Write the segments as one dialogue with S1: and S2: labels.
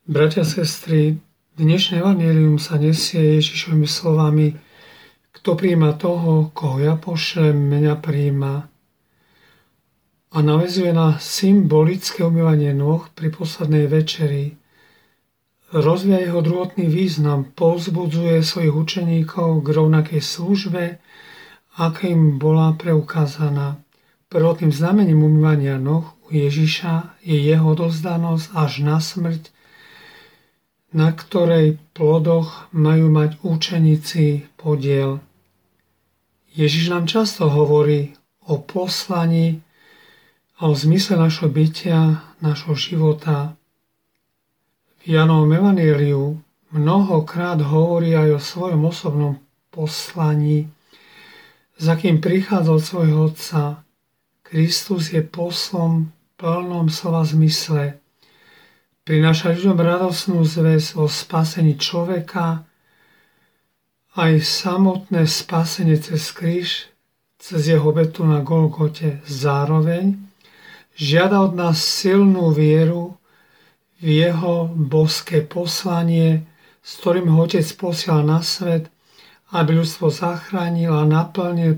S1: Bratia, sestry, dnešné evanjelium sa nesie Ježišovými slovami: Kto prijíma toho, koho ja pošlem, mňa prijíma. A naväzuje na symbolické umývanie nôh pri poslednej večeri. Rozvíja jeho druhotný význam, povzbudzuje svojich učeníkov k rovnakej službe, aká im bola preukázaná. Prvotným znamením umývania nôh u Ježiša je jeho odovzdanosť až na smrť, na ktorej plodoch majú mať učeníci podiel. Ježiš nám často hovorí o poslaní a o zmysle našho bytia, našho života. V Jánovom evanjeliu mnohokrát hovorí aj o svojom osobnom poslaní, za kým prichádza od svojho Otca. Kristus je poslom v plnom slova zmysle. Prináša ľuďom radosnú zvesť o spasení človeka, aj samotné spasenie cez kríž, cez jeho obetu na Golgote. Zároveň žiada od nás silnú vieru v jeho božské poslanie, s ktorým ho Otec posiel na svet, aby ľudstvo zachránil a naplnil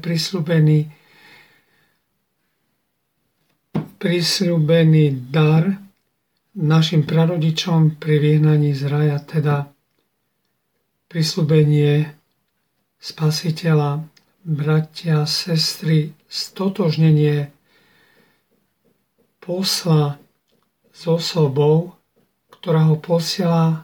S1: prisľúbený dar našim prarodičom pri vyhnaní z raja, teda prisľúbenie Spasiteľa. Bratia, sestry, stotožnenie posla s osobou, ktorá ho posiela,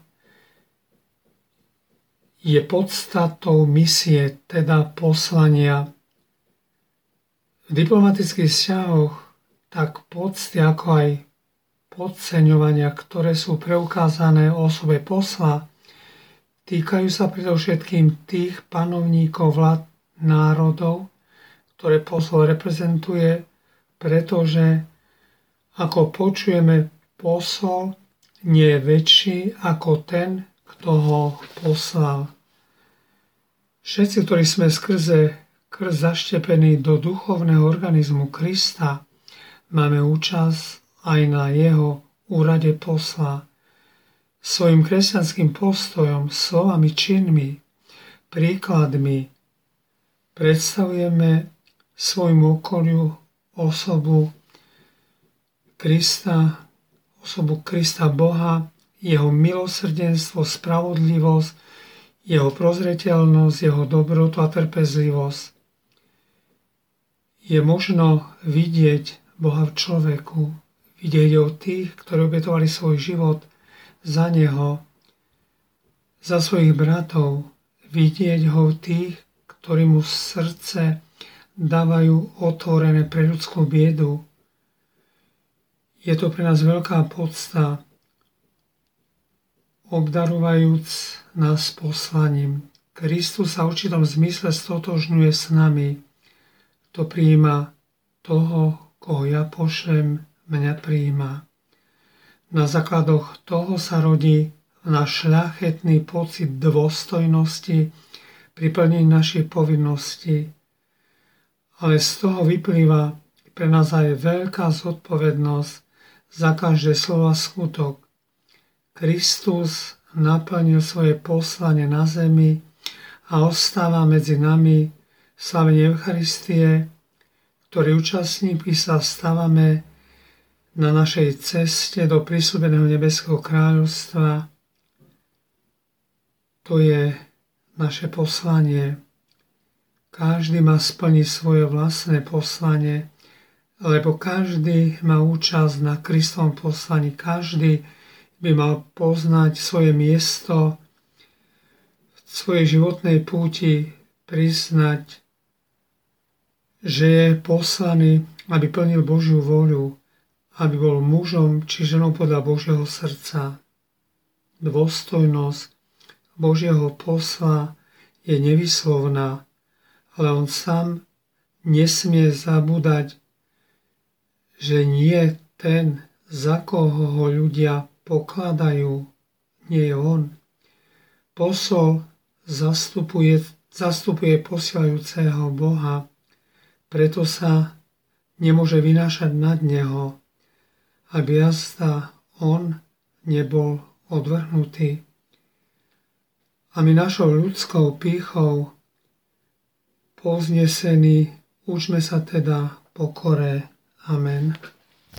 S1: je podstatou misie, teda poslania. V diplomatických vzťahoch tak pocty, ako aj podceňovania, ktoré sú preukázané o osobe posla, týkajú sa predovšetkým tých panovníkov vlád národov, ktoré posol reprezentuje, pretože, ako počujeme, posol nie je väčší ako ten, kto ho poslal. Všetci, ktorí sme skrze krst zaštepení do duchovného organizmu Krista, máme účasť aj na jeho úrade posla. Svojim kresťanským postojom, slovami, činmi, príkladmi predstavujeme svojmu okoliu osobu Krista Boha, jeho milosrdenstvo, spravodlivosť, jeho prozreteľnosť, jeho dobrotu a trpezlivosť. Je možno vidieť Boha v človeku, vidieť ho tých, ktorí obetovali svoj život za neho, za svojich bratov, vidieť ho tých, ktorí mu srdce dávajú otvorené pre ľudskú biedu. Je to pre nás veľká podsta, obdarujúc nás poslaním. Kristus sa v určitom zmysle stotožňuje s nami. Kto prijíma toho, koho ja pošlem, mňa prijíma. Na základoch toho sa rodí náš šľachetný pocit dôstojnosti pri plnení našich povinností. Ale z toho vyplýva pre nás aj veľká zodpovednosť za každé slovo a skutok. Kristus naplnil svoje poslanie na zemi a ostáva medzi nami v slavení Eucharistie, ktorý účastníky sa stávame na našej ceste do prisľúbeného nebeského kráľovstva. To je naše poslanie. Každý má splniť svoje vlastné poslanie, lebo každý má účasť na Kristovom poslaní. Každý by mal poznať svoje miesto v svojej životnej púti, priznať, že je poslaný, aby plnil Božiu voľu, aby bol mužom či ženou podľa Božieho srdca. Dôstojnosť Božieho posla je nevyslovná, ale on sám nesmie zabúdať, že nie ten, za koho ho ľudia pokladajú, nie je on. Posol zastupuje posielajúceho Boha, preto sa nemôže vynášať nad neho, aby jazda on nebol odvrhnutý. A my našou ľudskou pýchou povznesení, učme sa teda pokore. Amen.